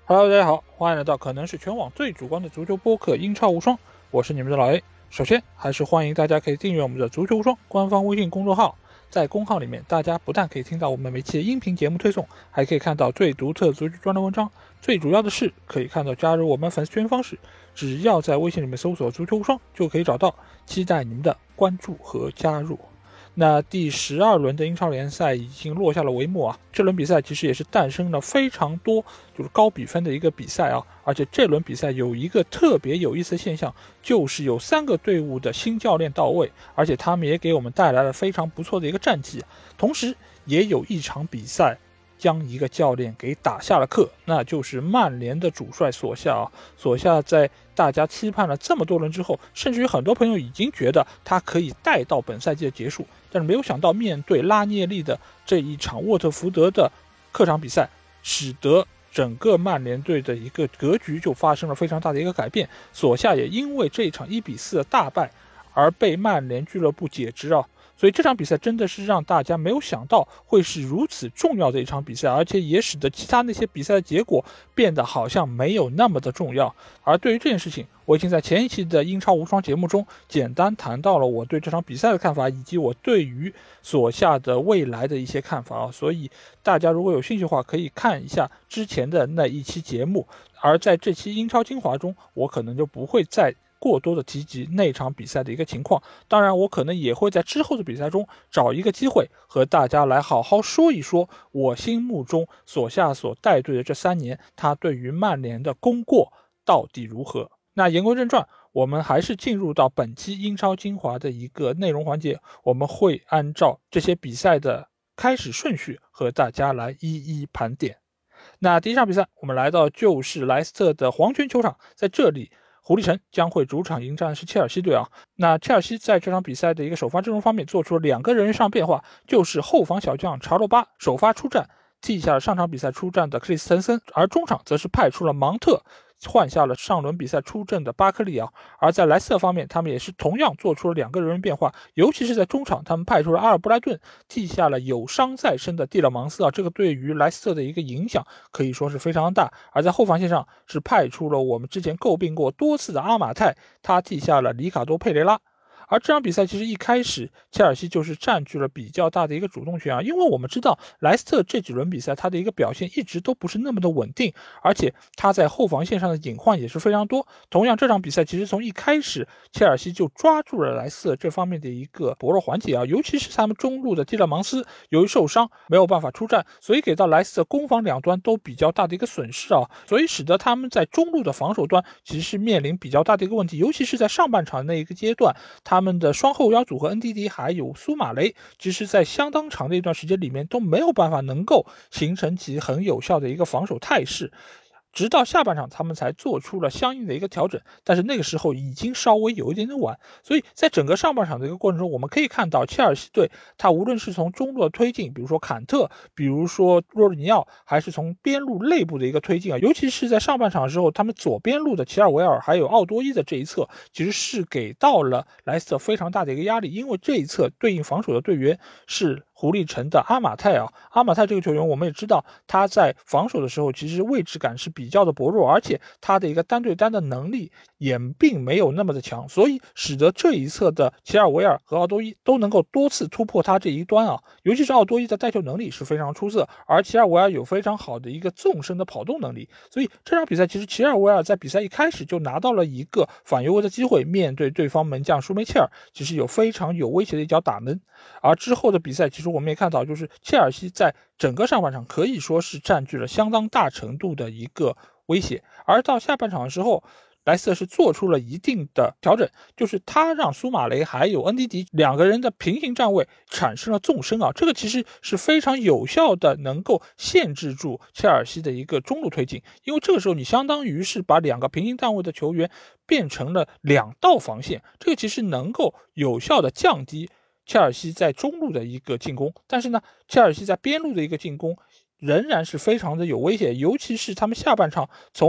Hello，大家好，欢迎来到可能是全网最主观的足球播客英超无双，我是你们的老 A。首先，还是欢迎大家可以订阅我们的足球无双官方微信公众号，在公号里面，大家不但可以听到我们每期的音频节目推送，还可以看到最独特足球专栏文章。最主要的是，可以看到加入我们粉丝群方式，只要在微信里面搜索足球无双就可以找到，期待你们的关注和加入。那第12轮的英超联赛已经落下了帷幕啊，这轮比赛其实也是诞生了非常多就是高比分的一个比赛啊，而且这轮比赛有一个特别有意思的现象，就是有3个队伍的新教练到位，而且他们也给我们带来了非常不错的一个战绩，同时也有一场比赛将一个教练给打下了课，那就是曼联的主帅索夏啊。索夏在大家期盼了这么多轮之后，甚至于很多朋友已经觉得他可以带到本赛季的结束，但是没有想到面对拉涅利的这一场沃特福德的客场比赛，使得整个曼联队的一个格局就发生了非常大的一个改变。索夏也因为这一场1-4的大败而被曼联俱乐部解职啊。所以这场比赛真的是让大家没有想到会是如此重要的一场比赛，而且也使得其他那些比赛的结果变得好像没有那么的重要。而对于这件事情，我已经在前一期的英超无双节目中简单谈到了我对这场比赛的看法，以及我对于索夏的未来的一些看法啊。所以大家如果有兴趣的话，可以看一下之前的那一期节目。而在这期英超精华中，我可能就不会再过多的提及那场比赛的一个情况，当然我可能也会在之后的比赛中找一个机会和大家来好好说一说我心目中索夏所带队的这3年，他对于曼联的功过到底如何。那言归正传，我们还是进入到本期英超精华的一个内容环节，我们会按照这些比赛的开始顺序和大家来一一盘点。那第一场比赛我们来到就是莱斯特的黄泉球场，在这里狐狸城将会主场迎战是切尔西队啊。那切尔西在这场比赛的一个首发阵容方面做出了2个人员上变化，就是后防小将查洛巴首发出战，替下了上场比赛出战的克里斯滕森，而中场则是派出了芒特换下了上轮比赛出阵的巴克利啊。而在莱斯特方面，他们也是同样做出了2个人员变化，尤其是在中场，他们派出了阿尔布莱顿替下了有伤在身的蒂勒芒斯啊，这个对于莱斯特的一个影响可以说是非常大。而在后防线上是派出了我们之前诟病过多次的阿马泰，他替下了里卡多佩雷拉。而这场比赛其实一开始切尔西就是占据了比较大的一个主动权啊，因为我们知道莱斯特这几轮比赛他的一个表现一直都不是那么的稳定，而且他在后防线上的隐患也是非常多。同样这场比赛其实从一开始切尔西就抓住了莱斯特这方面的一个薄弱环节啊，尤其是他们中路的蒂勒芒斯由于受伤没有办法出战，所以给到莱斯特攻防两端都比较大的一个损失啊，所以使得他们在中路的防守端其实是面临比较大的一个问题，尤其是在上半场那一个阶段，他们的双后腰组合 NDD 还有苏马雷，其实在相当长的一段时间里面都没有办法能够形成其很有效的一个防守态势，直到下半场他们才做出了相应的一个调整，但是那个时候已经稍微有一点点晚。所以在整个上半场的一个过程中，我们可以看到切尔西队他无论是从中路的推进，比如说坎特，比如说若日尼奥，还是从边路内部的一个推进啊，尤其是在上半场的时候，他们左边路的齐尔维尔还有奥多伊的这一侧其实是给到了莱斯特非常大的一个压力，因为这一侧对应防守的队员是狐狸城的阿马泰啊。阿马泰这个球员我们也知道他在防守的时候其实位置感是比较的薄弱，而且他的一个单对单的能力也并没有那么的强，所以使得这一侧的齐尔维尔和奥多伊都能够多次突破他这一端啊，尤其是奥多伊的带球能力是非常出色，而齐尔维尔有非常好的一个纵深的跑动能力，所以这场比赛其实齐尔维尔在比赛一开始就拿到了一个反越位的机会，面对对方门将舒梅切尔其实有非常有威胁的一脚打门。而之后的比赛其实我们也看到，就是切尔西在整个上半场可以说是占据了相当大程度的一个威胁，而到下半场的时候莱斯特是做出了一定的调整，就是他让苏马雷还有恩迪迪2个人的平行站位产生了纵深啊，这个其实是非常有效的能够限制住切尔西的一个中路推进，因为这个时候你相当于是把2个平行站位的球员变成了2道防线，这个其实能够有效的降低切尔西在中路的一个进攻，但是呢，切尔西在边路的一个进攻仍然是非常的有威胁，尤其是他们下半场从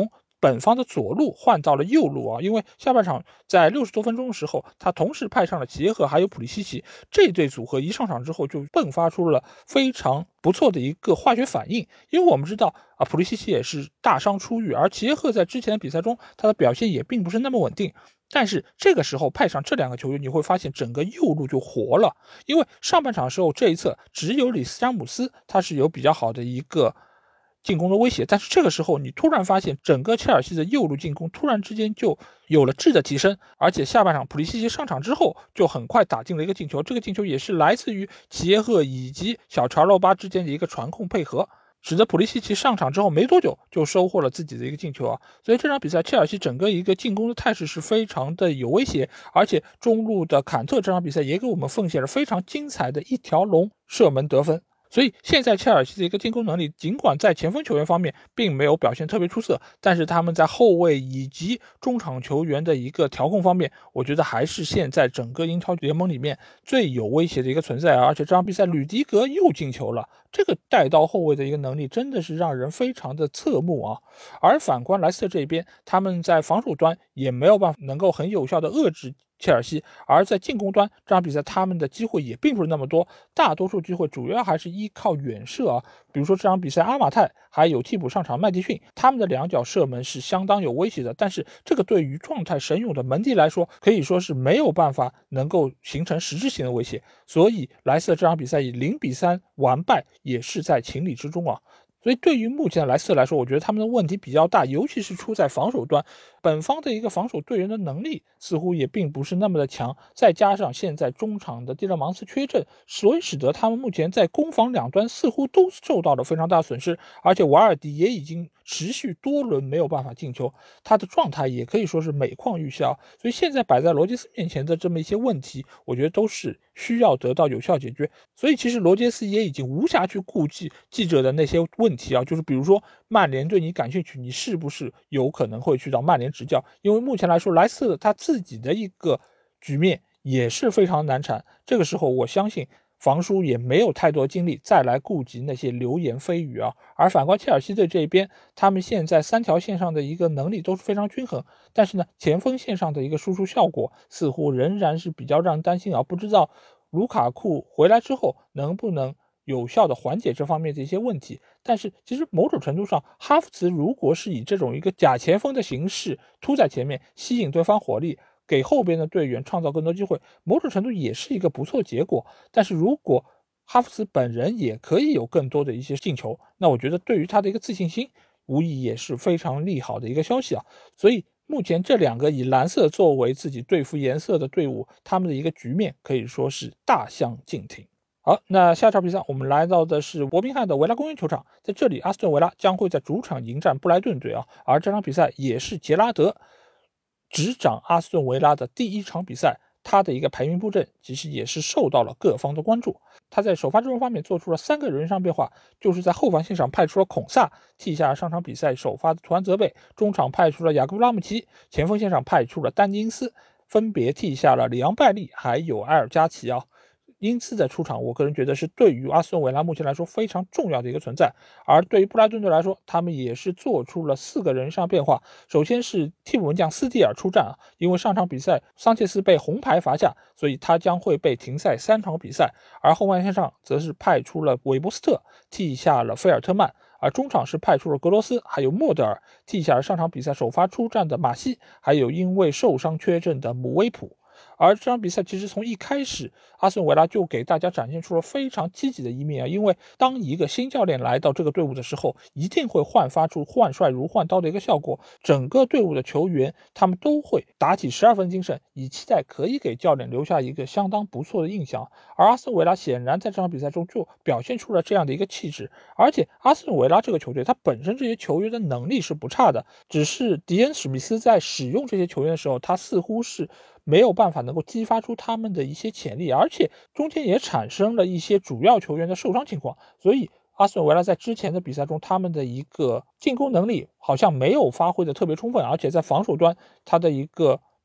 本方的左路换到了右路啊，因为下半场在60多分钟的时候，他同时派上了齐耶赫还有普利西奇，这对组合一上场之后就迸发出了非常不错的一个化学反应。因为我们知道普利西奇也是大伤初愈，而齐耶赫在之前的比赛中他的表现也并不是那么稳定，但是这个时候派上这两个球员，你会发现整个右路就活了。因为上半场的时候这一侧只有里斯詹姆斯他是有比较好的一个进攻的威胁，但是这个时候你突然发现整个切尔西的右路进攻突然之间就有了质的提升，而且下半场普利西奇上场之后就很快打进了一个进球，这个进球也是来自于齐耶赫以及小查洛巴之间的一个传控配合，使得普利西奇上场之后没多久就收获了自己的一个进球啊。所以这场比赛切尔西整个一个进攻的态势是非常的有威胁，而且中路的坎特这场比赛也给我们奉献了非常精彩的一条龙射门得分。所以现在切尔西的一个进攻能力，尽管在前锋球员方面并没有表现特别出色，但是他们在后卫以及中场球员的一个调控方面，我觉得还是现在整个英超联盟里面最有威胁的一个存在。而且这场比赛吕迪格又进球了，这个带刀后卫的一个能力真的是让人非常的侧目啊。而反观莱斯特这边，他们在防守端也没有办法能够很有效的遏制切尔西，而在进攻端这场比赛他们的机会也并不是那么多，大多数机会主要还是依靠远射啊。比如说这场比赛阿马泰还有替补上场麦迪逊，他们的两脚射门是相当有威胁的，但是这个对于状态神勇的门迪来说可以说是没有办法能够形成实质性的威胁，所以莱斯特这场比赛以0-3完败也是在情理之中啊。所以对于目前的莱斯特来说，我觉得他们的问题比较大，尤其是出在防守端，本方的一个防守队员的能力似乎也并不是那么的强，再加上现在中场的蒂勒芒斯缺阵，所以使得他们目前在攻防两端似乎都受到了非常大的损失，而且瓦尔迪也已经持续多轮没有办法进球，他的状态也可以说是每况愈下，所以现在摆在罗杰斯面前的这么一些问题，我觉得都是需要得到有效解决。所以其实罗杰斯也已经无暇去顾及记者的那些问题啊，就是比如说曼联对你感兴趣，你是不是有可能会去到曼联执教？因为目前来说，莱斯特他自己的一个局面也是非常难缠，这个时候我相信房叔也没有太多精力再来顾及那些流言蜚语啊。而反观切尔西队这边，他们现在三条线上的一个能力都是非常均衡，但是呢，前锋线上的一个输出效果似乎仍然是比较让人担心啊。不知道卢卡库回来之后能不能有效的缓解这方面的一些问题。但是其实某种程度上，哈弗茨如果是以这种一个假前锋的形式突在前面，吸引对方火力，给后边的队员创造更多机会，某种程度也是一个不错结果。但是如果哈弗茨本人也可以有更多的一些进球，那我觉得对于他的一个自信心无疑也是非常利好的一个消息啊。所以目前这两个以蓝色作为自己队服颜色的队伍，他们的一个局面可以说是大相径庭。好，那下场比赛我们来到的是伯明翰的维拉公园球场，在这里阿斯顿维拉将会在主场迎战布莱顿队啊，而这场比赛也是杰拉德执掌阿斯顿维拉的第一场比赛，他的一个排兵布阵其实也是受到了各方的关注。他在首发阵容方面做出了3个人上变化，就是在后防线上派出了孔萨替下上场比赛首发的图安泽贝，中场派出了雅各布拉姆齐，前锋线上派出了丹尼因斯，分别替下了里昂拜利还有埃尔加奇啊。因此的出场，我个人觉得是对于阿斯顿维拉目前来说非常重要的一个存在。而对于布莱顿队来说，他们也是做出了4个人上变化。首先是替补门将斯蒂尔出战啊，因为上场比赛桑切斯被红牌罚下，所以他将会被停赛3场比赛。而后卫线上则是派出了韦伯斯特替下了菲尔特曼，而中场是派出了格罗斯还有莫德尔替下了上场比赛首发出战的马西，还有因为受伤缺阵的姆威普。而这场比赛其实从一开始，阿斯顿维拉就给大家展现出了非常积极的一面啊！因为当一个新教练来到这个队伍的时候，一定会焕发出换帅如换刀的一个效果。整个队伍的球员他们都会打起12分精神，以期待可以给教练留下一个相当不错的印象。而阿斯顿维拉显然在这场比赛中就表现出了这样的一个气质，而且阿斯顿维拉这个球队，他本身这些球员的能力是不差的，只是迪恩史密斯在使用这些球员的时候，他似乎是没有办法能够激发出他们的一些潜力，而且中间也产生了一些主要球员的受伤情况，所以阿斯顿维拉在之前的比赛中，他们的一个进攻能力好像没有发挥的特别充分，而且在防守端他的一个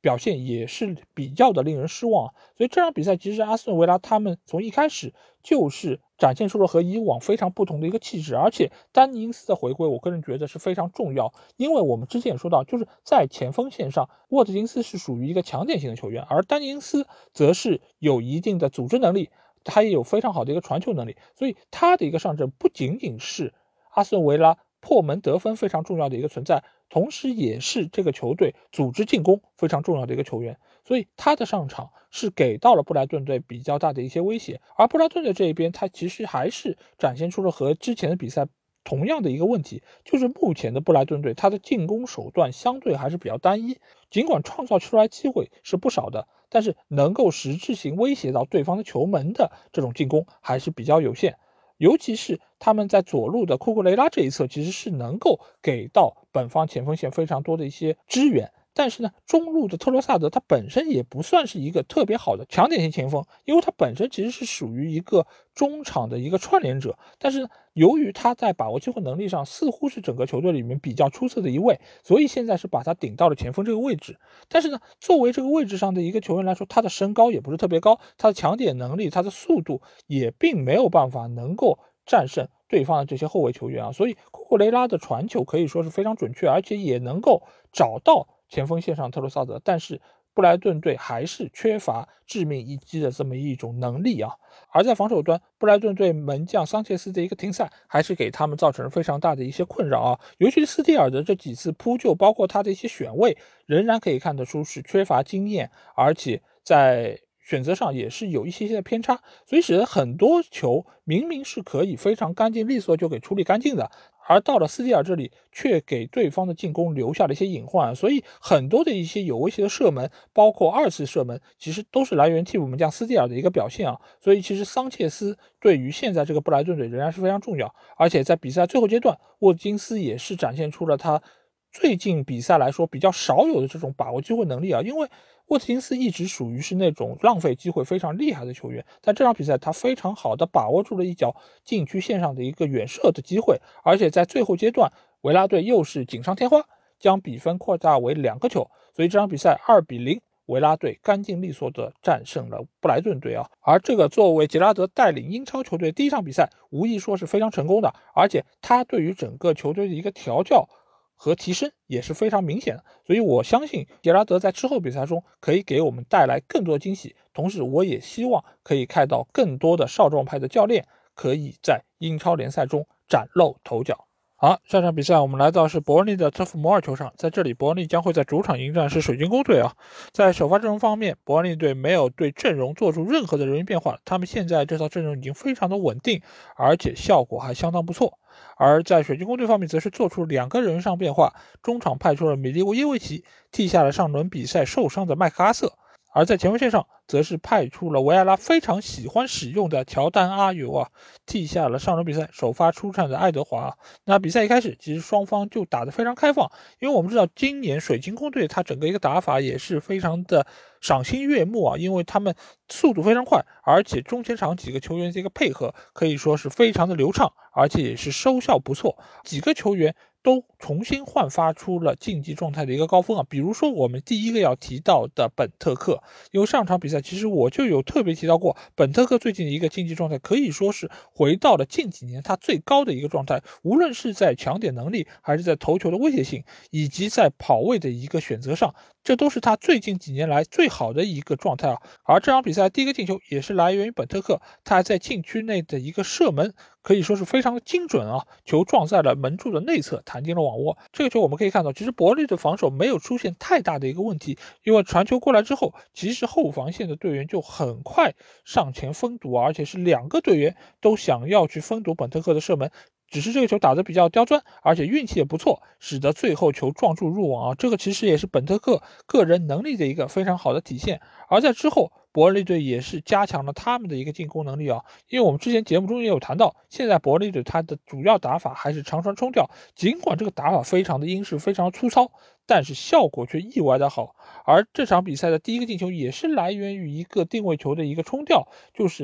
表现也是比较的令人失望。所以这场比赛其实阿斯顿维拉他们从一开始就是展现出了和以往非常不同的一个气质，而且丹尼因斯的回归我个人觉得是非常重要，因为我们之前也说到，就是在前锋线上沃特金斯是属于一个强点型的球员，而丹尼因斯则是有一定的组织能力，他也有非常好的一个传球能力，所以他的一个上阵不仅仅是阿斯顿维拉破门得分非常重要的一个存在，同时也是这个球队组织进攻非常重要的一个球员，所以他的上场是给到了布莱顿队比较大的一些威胁。而布莱顿队这一边，他其实还是展现出了和之前的比赛同样的一个问题，就是目前的布莱顿队他的进攻手段相对还是比较单一，尽管创造出来机会是不少的，但是能够实质性威胁到对方的球门的这种进攻还是比较有限。尤其是他们在左路的库库雷拉这一侧，其实是能够给到本方前锋线非常多的一些支援。但是呢，中路的特罗萨德他本身也不算是一个特别好的强点型前锋，因为他本身其实是属于一个中场的一个串联者。但是由于他在把握机会能力上似乎是整个球队里面比较出色的一位，所以现在是把他顶到了前锋这个位置。但是呢，作为这个位置上的一个球员来说，他的身高也不是特别高，他的抢点能力，他的速度也并没有办法能够战胜对方的这些后卫球员啊。所以库库雷拉的传球可以说是非常准确，而且也能够找到前锋线上特罗萨德，但是布莱顿队还是缺乏致命一击的这么一种能力啊。而在防守端，布莱顿队门将桑切斯的一个停赛，还是给他们造成了非常大的一些困扰啊。尤其是斯蒂尔的这几次扑救，包括他的一些选位，仍然可以看得出是缺乏经验，而且在选择上也是有一些些的偏差，所以使得很多球明明是可以非常干净利索就给处理干净的，而到了斯蒂尔这里却给对方的进攻留下了一些隐患，所以很多的一些有威胁的射门，包括2次射门，其实都是来源替补门将斯蒂尔的一个表现啊。所以其实桑切斯对于现在这个布莱顿队仍然是非常重要，而且在比赛最后阶段，沃特金斯也是展现出了他最近比赛来说比较少有的这种把握机会能力啊。因为沃特金斯一直属于是那种浪费机会非常厉害的球员，但这场比赛他非常好的把握住了一脚禁区线上的一个远射的机会，而且在最后阶段维拉队又是锦上添花，将比分扩大为2个球，所以这场比赛2-0，维拉队干净利索的战胜了布莱顿队啊。而这个作为杰拉德带领英超球队第一场比赛，无疑说是非常成功的，而且他对于整个球队的一个调教和提升也是非常明显的，所以我相信杰拉德在之后比赛中可以给我们带来更多惊喜，同时我也希望可以看到更多的少壮派的教练可以在英超联赛中崭露头角。好，下场比赛我们来到是伯恩利的特弗摩尔球场，在这里伯恩利将会在主场迎战是水晶宫队啊。在首发阵容方面，伯恩利队没有对阵容做出任何的人员变化，他们现在这套阵容已经非常的稳定，而且效果还相当不错。而在水晶宫队方面则是做出2个人员上变化，中场派出了米利乌耶维奇，替下了上轮比赛受伤的麦克阿瑟，而在前锋线上则是派出了维埃拉非常喜欢使用的乔丹阿尤啊，替下了上轮比赛首发出战的爱德华啊。那比赛一开始其实双方就打得非常开放，因为我们知道今年水晶宫队他整个一个打法也是非常的赏心悦目啊，因为他们速度非常快，而且中前场几个球员的一个配合可以说是非常的流畅，而且也是收效不错，几个球员都重新焕发出了竞技状态的一个高峰啊。比如说我们第一个要提到的本特克，因为上场比赛其实我就有特别提到过，本特克最近的一个竞技状态可以说是回到了近几年他最高的一个状态，无论是在抢点能力，还是在头球的威胁性，以及在跑位的一个选择上，这都是他最近几年来最好的一个状态啊。而这场比赛第一个进球也是来源于本特克，他在禁区内的一个射门可以说是非常的精准啊，球撞在了门柱的内侧，弹进了网窝。这个球我们可以看到，其实伯利的防守没有出现太大的一个问题，因为传球过来之后，其实后防线的队员就很快上前封堵，而且是2个队员都想要去封堵本特克的射门。只是这个球打得比较刁钻，而且运气也不错，使得最后球撞柱入网啊。这个其实也是本特克个人能力的一个非常好的体现。而在之后，伯恩利队也是加强了他们的一个进攻能力啊。因为我们之前节目中也有谈到，现在伯恩利队他的主要打法还是长传冲吊，尽管这个打法非常的英式，非常粗糙，但是效果却意外的好。而这场比赛的第一个进球也是来源于一个定位球的一个冲吊，就是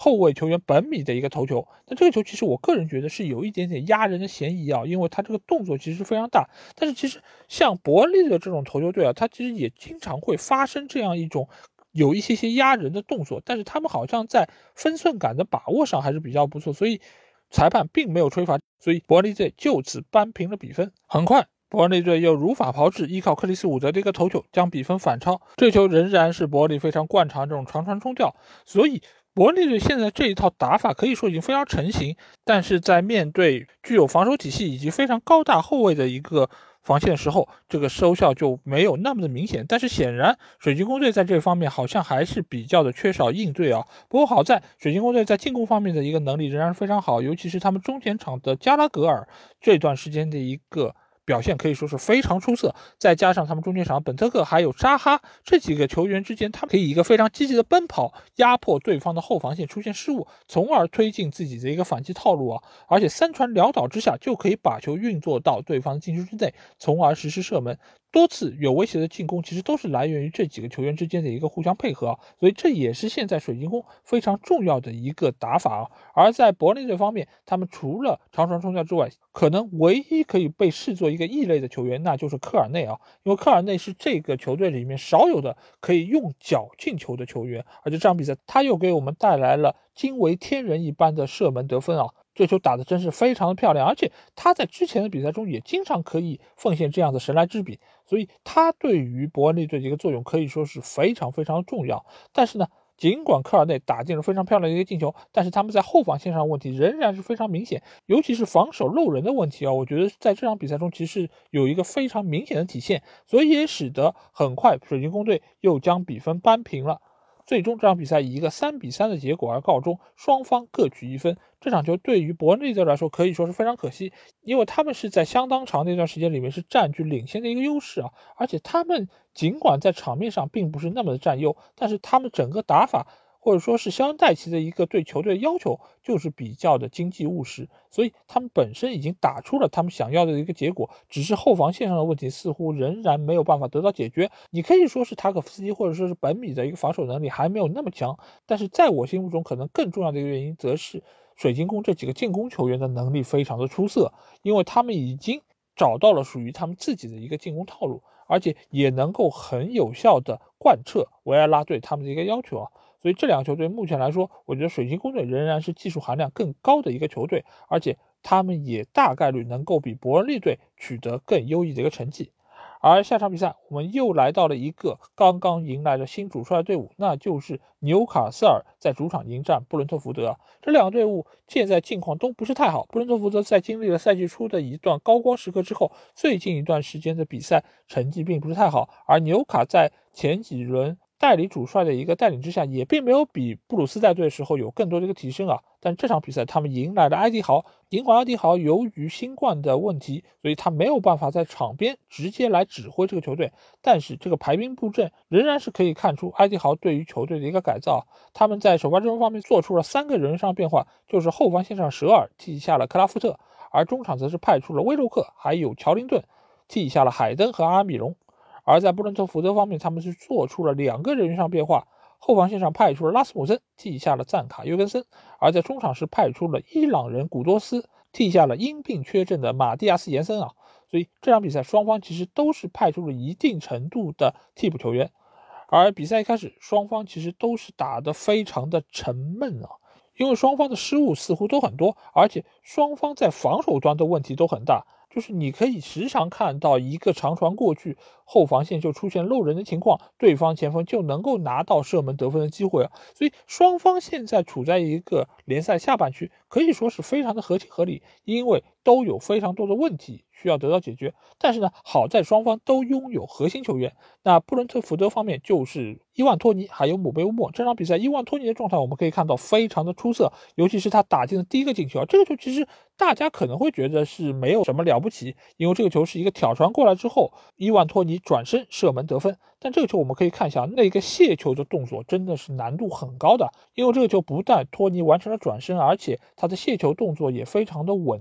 后卫球员本米的一个头球。那这个球其实我个人觉得是有一点点压人的嫌疑啊，因为他这个动作其实非常大。但是其实像伯恩利的这种头球队啊，他其实也经常会发生这样一种有一些压人的动作，但是他们好像在分寸感的把握上还是比较不错，所以裁判并没有吹罚，所以伯恩利队就此扳平了比分。很快伯恩利队又如法炮制，依靠克里斯伍德的一个头球将比分反超。这球仍然是伯恩利非常惯常这种长传冲吊，所以伯恩利队现在这一套打法可以说已经非常成型，但是在面对具有防守体系以及非常高大后卫的一个防线时候，这个收效就没有那么的明显。但是显然水晶宫队在这方面好像还是比较的缺少应对啊。不过好在水晶宫队在进攻方面的一个能力仍然是非常好，尤其是他们中前场的加拉格尔这段时间的一个表现可以说是非常出色，再加上他们中间场本特克还有扎哈这几个球员之间，他们可以一个非常积极的奔跑，压迫对方的后防线出现失误，从而推进自己的一个反击套路啊！而且三传两倒之下，就可以把球运作到对方的禁区之内，从而实施射门。多次有威胁的进攻其实都是来源于这几个球员之间的一个互相配合啊，所以这也是现在水晶宫非常重要的一个打法啊。而在伯恩利这方面，他们除了长传冲吊之外，可能唯一可以被视作一个异类的球员，那就是科尔内啊，因为科尔内是这个球队里面少有的可以用脚进球的球员，而且这场比赛他又给我们带来了惊为天人一般的射门得分啊。这球打得真是非常的漂亮，而且他在之前的比赛中也经常可以奉献这样的神来之笔，所以他对于伯恩利队的一个作用可以说是非常非常重要。但是呢，尽管科尔内打进了非常漂亮的一个进球，但是他们在后防线上问题仍然是非常明显，尤其是防守漏人的问题啊，我觉得在这场比赛中其实有一个非常明显的体现，所以也使得很快水晶宫队又将比分扳平了。最终这场比赛以一个3-3的结果而告终，双方各取1分。这场球对于伯恩利队来说可以说是非常可惜，因为他们是在相当长的一段时间里面是占据领先的一个优势啊，而且他们尽管在场面上并不是那么的占优，但是他们整个打法或者说是肖恩戴奇的一个对球队的要求就是比较的经济务实，所以他们本身已经打出了他们想要的一个结果，只是后防线上的问题似乎仍然没有办法得到解决。你可以说是塔可夫斯基或者说是本米的一个防守能力还没有那么强，但是在我心目中可能更重要的一个原因则是水晶宫这几个进攻球员的能力非常的出色，因为他们已经找到了属于他们自己的一个进攻套路，而且也能够很有效的贯彻维埃拉对他们的一个要求啊。所以这两个球队目前来说，我觉得水晶宫队仍然是技术含量更高的一个球队，而且他们也大概率能够比伯恩利队取得更优异的一个成绩。而下场比赛，我们又来到了一个刚刚迎来了新主帅的队伍，那就是纽卡斯尔在主场迎战布伦特福德。这两个队伍现在境况都不是太好，布伦特福德在经历了赛季初的一段高光时刻之后，最近一段时间的比赛成绩并不是太好，而纽卡在前几轮代理主帅的一个带领之下，也并没有比布鲁斯带队的时候有更多的一个提升啊。但这场比赛他们迎来了埃迪豪，尽管埃迪豪由于新冠的问题，所以他没有办法在场边直接来指挥这个球队，但是这个排兵布阵仍然是可以看出埃迪豪对于球队的一个改造。他们在首发阵容方面做出了3个人上变化，就是后防线上舍尔替下了克拉夫特，而中场则是派出了威洛克还有乔林顿替下了海登和阿米隆。而在布伦特福德方面，他们是做出了2个人员上变化，后防线上派出了拉斯姆森替下了赞卡约根森，而在中场是派出了伊朗人古多斯替下了因病缺阵的马蒂亚斯延森啊。所以这场比赛双方其实都是派出了一定程度的替补球员，而比赛一开始双方其实都是打得非常的沉闷啊，因为双方的失误似乎都很多，而且双方在防守端的问题都很大，就是你可以时常看到一个长传过去，后防线就出现漏人的情况，对方前锋就能够拿到射门得分的机会啊。所以双方现在处在一个联赛下半区，可以说是非常的合情合理，因为都有非常多的问题需要得到解决。但是呢，好在双方都拥有核心球员。那布伦特福德方面就是伊万托尼还有姆贝乌莫，这场比赛伊万托尼的状态我们可以看到非常的出色，尤其是他打进的第一个进球，这个球其实大家可能会觉得是没有什么了不起，因为这个球是一个挑传过来之后，伊万托尼转身射门得分。但这个球我们可以看一下，那个卸球的动作真的是难度很高的，因为这个球不但托尼完成了转身，而且他的卸球动作也非常的稳定。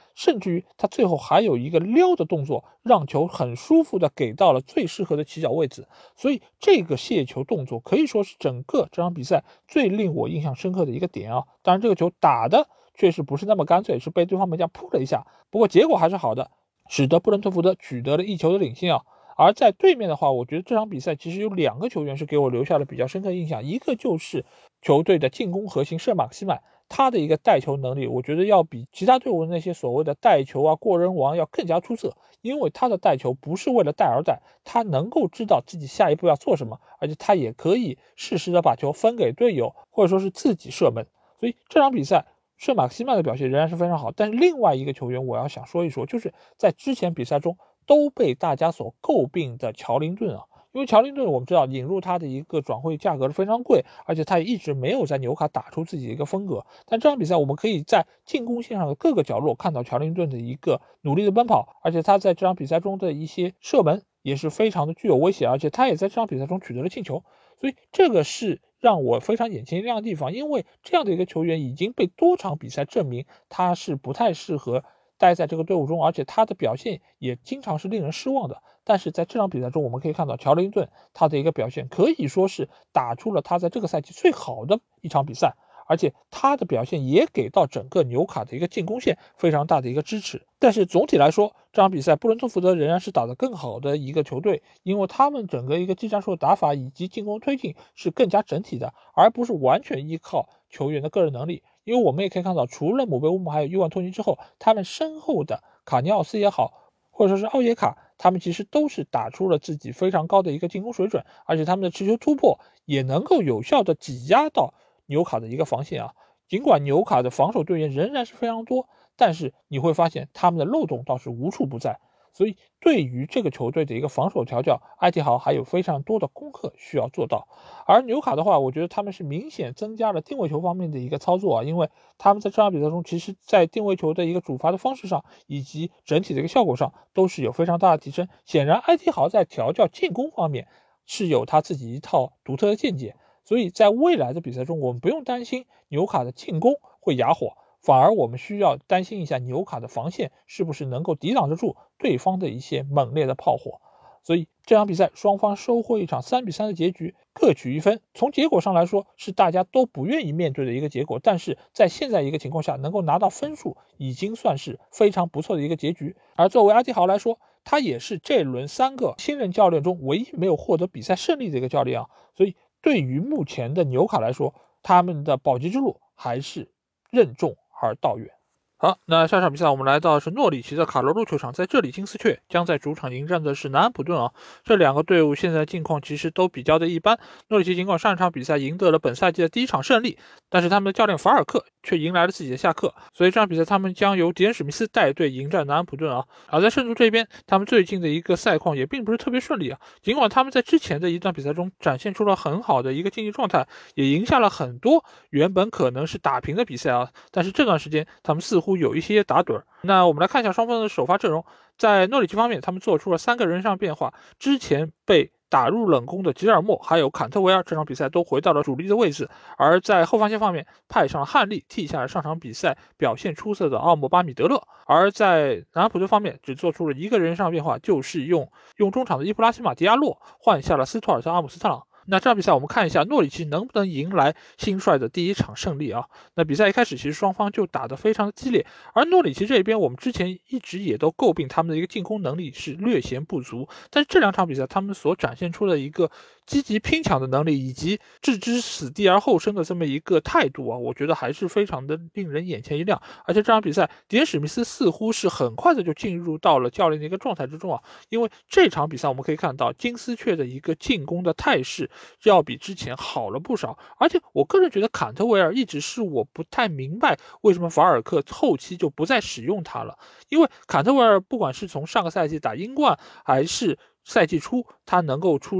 甚至于他最后还有一个撩的动作，让球很舒服的给到了最适合的起脚位置。所以这个卸球动作可以说是整个这场比赛最令我印象深刻的一个点啊。当然这个球打的确实不是那么干脆，是被对方门将扑了一下，不过结果还是好的，使得布伦特福德取得了1球的领先啊。而在对面的话，我觉得这场比赛其实有2个球员是给我留下了比较深刻印象，一个就是球队的进攻核心圣马克西曼，他的一个带球能力，我觉得要比其他队伍那些所谓的带球啊、过人王要更加出色，因为他的带球不是为了带而带，他能够知道自己下一步要做什么，而且他也可以适时的把球分给队友，或者说是自己射门。所以这场比赛圣马克西曼的表现仍然是非常好，但是另外一个球员我要想说一说，就是在之前比赛中都被大家所诟病的乔林顿啊。因为乔林顿我们知道引入他的一个转会价格是非常贵，而且他也一直没有在纽卡打出自己的一个风格。但这场比赛我们可以在进攻线上的各个角落看到乔林顿的一个努力的奔跑，而且他在这场比赛中的一些射门也是非常的具有威胁，而且他也在这场比赛中取得了进球。所以这个是让我非常眼前一亮的地方，因为这样的一个球员已经被多场比赛证明他是不太适合待在这个队伍中，而且他的表现也经常是令人失望的。但是在这场比赛中，我们可以看到乔林顿他的一个表现可以说是打出了他在这个赛季最好的一场比赛，而且他的表现也给到整个纽卡的一个进攻线非常大的一个支持。但是总体来说，这场比赛布伦特福德仍然是打得更好的一个球队，因为他们整个一个技战术的打法以及进攻推进是更加整体的，而不是完全依靠球员的个人能力。因为我们也可以看到，除了姆贝乌姆还有伊万托尼之后，他们身后的卡尼奥斯也好，或者说是奥耶卡，他们其实都是打出了自己非常高的一个进攻水准，而且他们的持球突破也能够有效的挤压到纽卡的一个防线啊。尽管纽卡的防守队员仍然是非常多，但是你会发现他们的漏洞倒是无处不在。所以对于这个球队的一个防守调教，埃蒂豪还有非常多的功课需要做到。而纽卡的话，我觉得他们是明显增加了定位球方面的一个操作啊，因为他们在这场比赛中，其实在定位球的一个主罚的方式上，以及整体的一个效果上，都是有非常大的提升。显然，埃蒂豪在调教进攻方面是有他自己一套独特的见解，所以在未来的比赛中，我们不用担心纽卡的进攻会哑火。反而我们需要担心一下纽卡的防线是不是能够抵挡得住对方的一些猛烈的炮火。所以这场比赛双方收获一场3-3的结局，各取1分。从结果上来说是大家都不愿意面对的一个结果，但是在现在一个情况下能够拿到分数已经算是非常不错的一个结局。而作为阿蒂豪来说，他也是这轮3个新任教练中唯一没有获得比赛胜利的一个教练啊。所以对于目前的纽卡来说，他们的保级之路还是任重而道远。好，那下场比赛我们来到是诺里奇的卡罗路球场，在这里金丝雀将在主场迎战的是南安普顿啊。这2个队伍现在近况其实都比较的一般。诺里奇尽管上一场比赛赢得了本赛季的第1场胜利，但是他们的教练法尔克却迎来了自己的下课，所以这场比赛他们将由迪恩史密斯带队迎战南安普顿啊。而在圣徒这边，他们最近的一个赛况也并不是特别顺利啊。尽管他们在之前的一段比赛中展现出了很好的一个竞技状态，也赢下了很多原本可能是打平的比赛啊，但是这段时间他们似乎有一些打盹儿。那我们来看一下双方的首发阵容，在诺里奇方面，他们做出了3个人上变化，之前被打入冷宫的吉尔莫还有坎特维尔这场比赛都回到了主力的位置，而在后防线方面派上了汉利，替下了上场比赛表现出色的奥莫巴米德勒。而在南安普顿方面只做出了1个人上变化，就是用中场的伊布拉希马迪亚洛换下了斯图尔特阿姆斯特朗。那这场比赛我们看一下诺里奇能不能迎来新帅的第1场胜利啊。那比赛一开始其实双方就打得非常的激烈，而诺里奇这边我们之前一直也都诟病他们的一个进攻能力是略显不足，但是这2场比赛他们所展现出的一个积极拼抢的能力以及置之死地而后生的这么一个态度啊，我觉得还是非常的令人眼前一亮。而且这场比赛迪恩史密斯似乎是很快的就进入到了教练的一个状态之中啊，因为这场比赛我们可以看到金丝雀的一个进攻的态势要比之前好了不少。而且我个人觉得坎特维尔一直是我不太明白为什么法尔克后期就不再使用他了，因为坎特维尔不管是从上个赛季打英冠还是赛季初他能够出任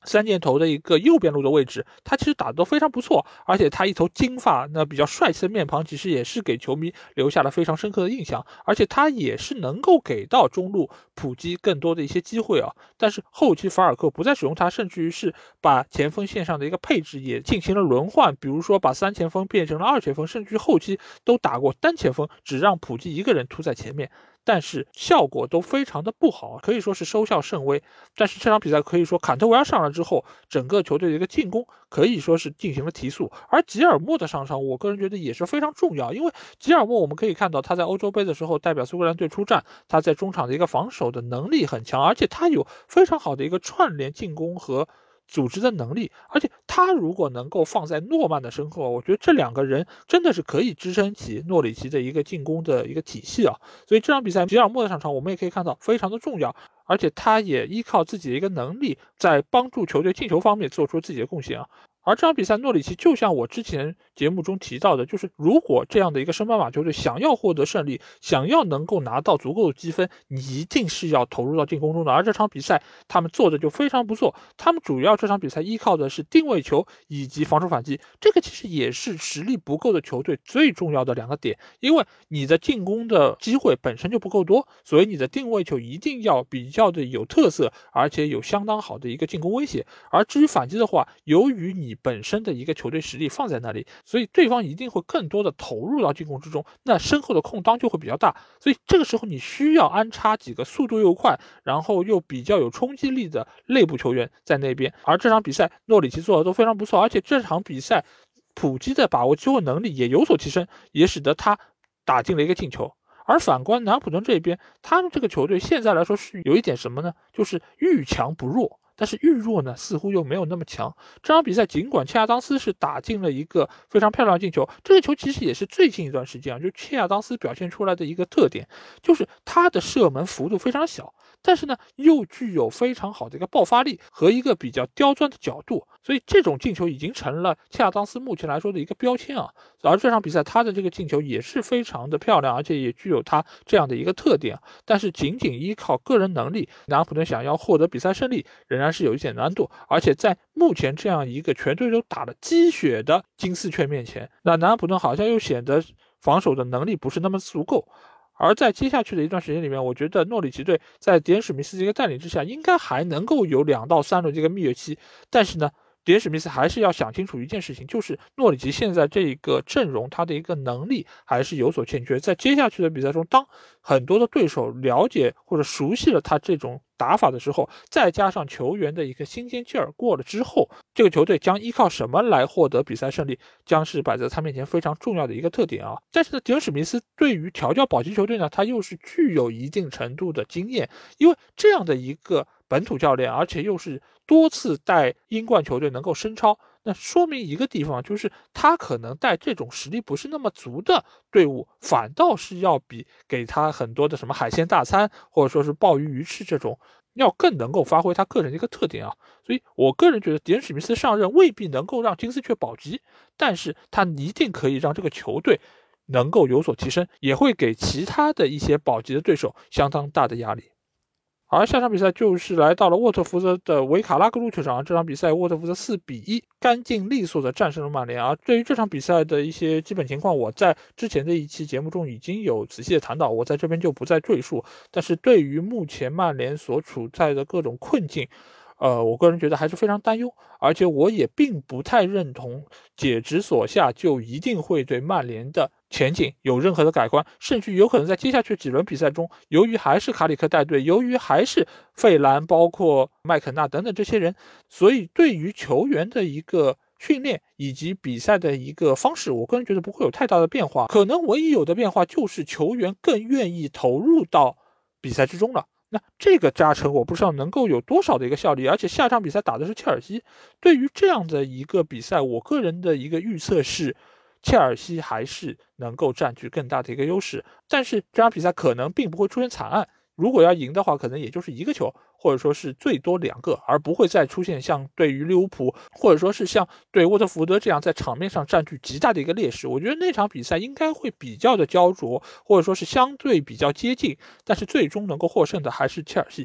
三箭头的一个右边路的位置，他其实打得都非常不错，而且他一头金发，那比较帅气的面庞，其实也是给球迷留下了非常深刻的印象，而且他也是能够给到中路普基更多的一些机会啊。但是后期法尔克不再使用他，甚至于是把前锋线上的一个配置也进行了轮换，比如说把三前锋变成了二前锋，甚至于后期都打过单前锋，只让普基一个人突在前面。但是效果都非常的不好，可以说是收效甚微。但是这场比赛可以说坎特维尔上来之后，整个球队的一个进攻可以说是进行了提速，而吉尔莫的上场，我个人觉得也是非常重要，因为吉尔莫我们可以看到他在欧洲杯的时候代表苏格兰队出战，他在中场的一个防守的能力很强，而且他有非常好的一个串联进攻和组织的能力，而且他如果能够放在诺曼的身后，我觉得这两个人真的是可以支撑起诺里奇的一个进攻的一个体系啊。所以这场比赛吉尔莫的上场，我们也可以看到非常的重要，而且他也依靠自己的一个能力，在帮助球队进球方面做出自己的贡献啊。而这场比赛，诺里奇就像我之前节目中提到的，就是如果这样的一个升班马球队想要获得胜利，想要能够拿到足够的积分，你一定是要投入到进攻中的。而这场比赛他们做的就非常不错，他们主要这场比赛依靠的是定位球以及防守反击，这个其实也是实力不够的球队最重要的两个点，因为你的进攻的机会本身就不够多，所以你的定位球一定要比较的有特色，而且有相当好的一个进攻威胁。而至于反击的话，由于你本身的一个球队实力放在那里，所以对方一定会更多的投入到进攻之中，那身后的空当就会比较大，所以这个时候你需要安插几个速度又快，然后又比较有冲击力的内部球员在那边。而这场比赛诺里奇做的都非常不错，而且这场比赛普基的把握机会能力也有所提升，也使得他打进了一个进球。而反观南安普顿这边，他们这个球队现在来说是有一点什么呢？就是遇强不弱，但是遇弱呢似乎又没有那么强。这场比赛尽管切亚当斯是打进了一个非常漂亮的进球，这个球其实也是最近一段时间就切亚当斯表现出来的一个特点，就是他的射门幅度非常小，但是呢又具有非常好的一个爆发力和一个比较刁钻的角度，所以这种进球已经成了切亚当斯目前来说的一个标签啊。而这场比赛他的这个进球也是非常的漂亮，而且也具有他这样的一个特点，但是仅仅依靠个人能力，南安普顿想要获得比赛胜利仍然是有一点难度，而且在目前这样一个全队都打了鸡血的金丝雀面前，那南安普顿好像又显得防守的能力不是那么足够。而在接下去的一段时间里面，我觉得诺里奇队在迪恩史密斯的一个带领之下，应该还能够有2到3轮这个蜜月期，但是呢迪恩史密斯还是要想清楚一件事情，就是诺里奇现在这个阵容他的一个能力还是有所欠缺，在接下去的比赛中，当很多的对手了解或者熟悉了他这种打法的时候，再加上球员的一个新鲜劲儿过了之后，这个球队将依靠什么来获得比赛胜利，将是摆在他面前非常重要的一个特点啊。但是呢，迪恩史密斯对于调教保级球队呢，他又是具有一定程度的经验，因为这样的一个本土教练，而且又是多次带英冠球队能够升超，那说明一个地方，就是他可能带这种实力不是那么足的队伍，反倒是要比给他很多的什么海鲜大餐，或者说是鲍鱼鱼翅这种，要更能够发挥他个人的一个特点啊。所以我个人觉得迪恩史密斯上任未必能够让金丝雀保级，但是他一定可以让这个球队能够有所提升，也会给其他的一些保级的对手相当大的压力。而下场比赛就是来到了沃特福德的维卡拉格路球场，这场比赛沃特福德4-1干净利索的战胜了曼联啊。对于这场比赛的一些基本情况，我在之前的一期节目中已经有仔细的谈到，我在这边就不再赘述。但是对于目前曼联所处在的各种困境，我个人觉得还是非常担忧，而且我也并不太认同解职所下就一定会对曼联的前景有任何的改观，甚至有可能在接下去几轮比赛中，由于还是卡里克带队，由于还是费兰包括麦肯纳等等这些人，所以对于球员的一个训练以及比赛的一个方式，我个人觉得不会有太大的变化，可能唯一有的变化就是球员更愿意投入到比赛之中了。那这个加成我不知道能够有多少的一个效力，而且下场比赛打的是切尔西，对于这样的一个比赛，我个人的一个预测是切尔西还是能够占据更大的一个优势，但是这场比赛可能并不会出现惨案，如果要赢的话，可能也就是1个球，或者说是最多2个，而不会再出现像对于利物浦，或者说是像对沃特福德这样在场面上占据极大的一个劣势。我觉得那场比赛应该会比较的焦灼，或者说是相对比较接近，但是最终能够获胜的还是切尔西。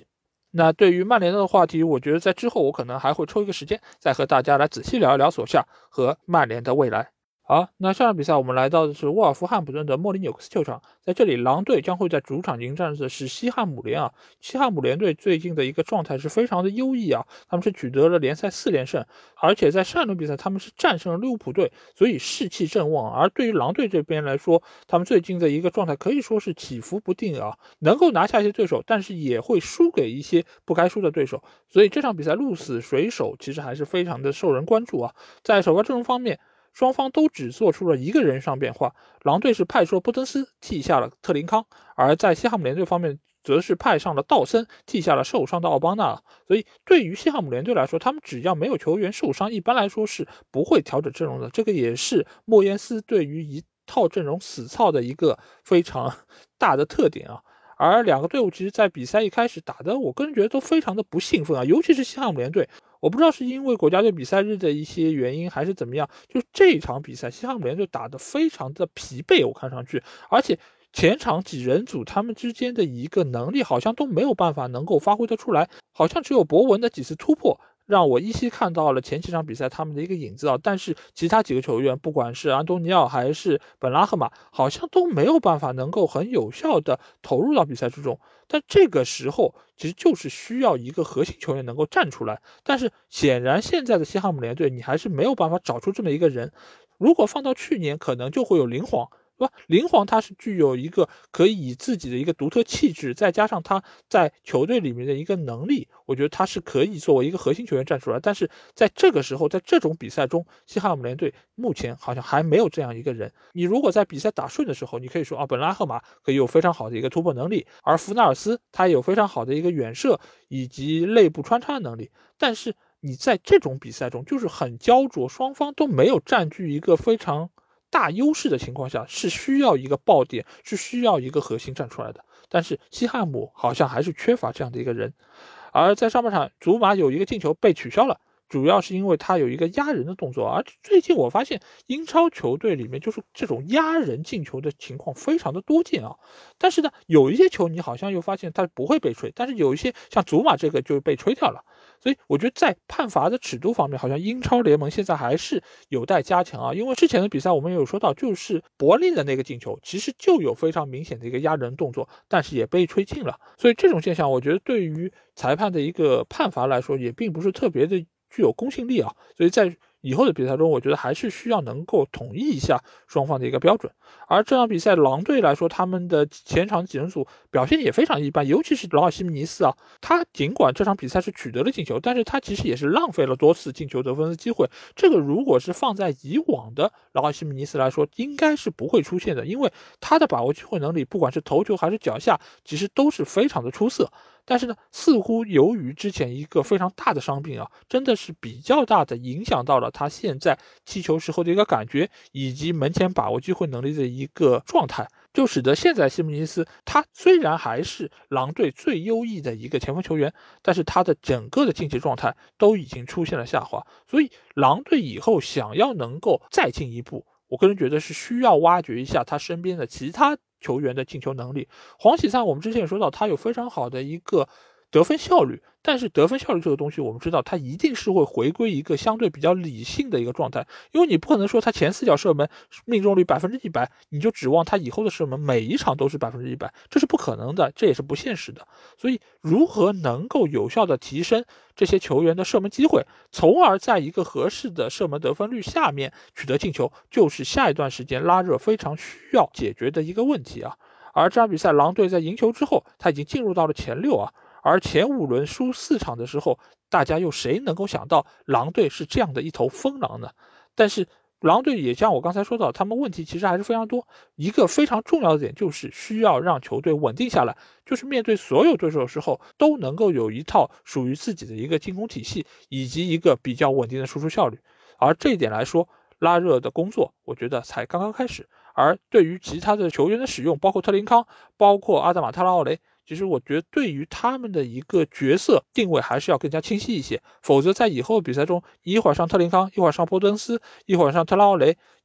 那对于曼联的话题，我觉得在之后我可能还会抽一个时间，再和大家来仔细聊一聊索夏和曼联的未来。好，那下场比赛我们来到的是沃尔夫汉普顿的莫里纽克斯球场，在这里狼队将会在主场迎战的是西汉姆联啊。西汉姆联队最近的一个状态是非常的优异啊，他们是取得了联赛4连胜，而且在上一轮比赛他们是战胜了利物浦队，所以士气正旺。而对于狼队这边来说，他们最近的一个状态可以说是起伏不定啊，能够拿下一些对手，但是也会输给一些不该输的对手，所以这场比赛鹿死谁手其实还是非常的受人关注啊。在首发阵容方面，双方都只做出了一个人上变化，狼队是派出了波登斯替下了特林康，而在西汉姆联队方面则是派上了道森替下了受伤的奥邦纳。所以对于西汉姆联队来说，他们只要没有球员受伤，一般来说是不会调整阵容的，这个也是莫耶斯对于一套阵容死操的一个非常大的特点啊。而两个队伍其实在比赛一开始打的，我个人觉得都非常的不兴奋啊，尤其是西汉姆联队，我不知道是因为国家队比赛日的一些原因还是怎么样，就这场比赛西汉姆联队打得非常的疲惫，我看上去，而且前场几人组他们之间的一个能力好像都没有办法能够发挥得出来，好像只有博文的几次突破让我依稀看到了前几场比赛他们的一个影子啊，但是其他几个球员，不管是安东尼奥还是本拉赫马，好像都没有办法能够很有效的投入到比赛之中。但这个时候其实就是需要一个核心球员能够站出来，但是显然现在的西汉姆联队你还是没有办法找出这么一个人。如果放到去年，可能就会有林皇，对吧？林皇他是具有一个可以以自己的一个独特气质，再加上他在球队里面的一个能力，我觉得他是可以作为一个核心球员站出来。但是在这个时候，在这种比赛中，西汉姆联队目前好像还没有这样一个人。你如果在比赛打顺的时候，你可以说啊，本拉赫马可以有非常好的一个突破能力，而弗纳尔斯他也有非常好的一个远射以及内部穿插的能力。但是你在这种比赛中就是很焦灼，双方都没有占据一个非常大优势的情况下，是需要一个爆点，是需要一个核心站出来的。但是西汉姆好像还是缺乏这样的一个人。而在上半场，祖马有一个进球被取消了，主要是因为他有一个压人的动作。而最近我发现英超球队里面就是这种压人进球的情况非常的多见啊。但是呢，有一些球你好像又发现他不会被吹，但是有一些像祖马这个就被吹掉了。所以我觉得在判罚的尺度方面，好像英超联盟现在还是有待加强啊。因为之前的比赛我们也有说到，就是伯利的那个进球其实就有非常明显的一个压人动作，但是也被吹进了。所以这种现象我觉得对于裁判的一个判罚来说也并不是特别的具有公信力啊。所以在以后的比赛中，我觉得还是需要能够统一一下双方的一个标准。而这场比赛狼队来说，他们的前场几人组表现也非常一般，尤其是劳尔西米尼斯啊，他尽管这场比赛是取得了进球，但是他其实也是浪费了多次进球得分的机会。这个如果是放在以往的劳尔西米尼斯来说，应该是不会出现的，因为他的把握机会能力，不管是头球还是脚下，其实都是非常的出色。但是呢，似乎由于之前一个非常大的伤病啊，真的是比较大的影响到了他现在踢球时候的一个感觉，以及门前把握机会能力的一个状态，就使得现在西姆尼斯他虽然还是狼队最优异的一个前锋球员，但是他的整个的竞技状态都已经出现了下滑。所以狼队以后想要能够再进一步，我个人觉得是需要挖掘一下他身边的其他球员的进球能力。黄喜灿我们之前也说到，他有非常好的一个得分效率，但是得分效率这个东西我们知道它一定是会回归一个相对比较理性的一个状态，因为你不可能说他前4脚射门命中率100%，你就指望他以后的射门每一场都是100%，这是不可能的，这也是不现实的。所以如何能够有效的提升这些球员的射门机会，从而在一个合适的射门得分率下面取得进球，就是下一段时间拉热非常需要解决的一个问题啊。而这场比赛狼队在赢球之后，他已经进入到了前6啊，而前5轮输4场的时候，大家又谁能够想到狼队是这样的一头疯狼呢？但是狼队也像我刚才说到，他们问题其实还是非常多。一个非常重要的点就是需要让球队稳定下来，就是面对所有对手的时候都能够有一套属于自己的一个进攻体系，以及一个比较稳定的输出效率。而这一点来说，拉热的工作我觉得才刚刚开始。而对于其他的球员的使用，包括特林康，包括阿达马特拉奥雷，其实我觉得对于他们的一个角色定位还是要更加清晰一些，否则在以后比赛中，一会儿上特林康，一会儿上波登斯，一会儿上特拉奥雷，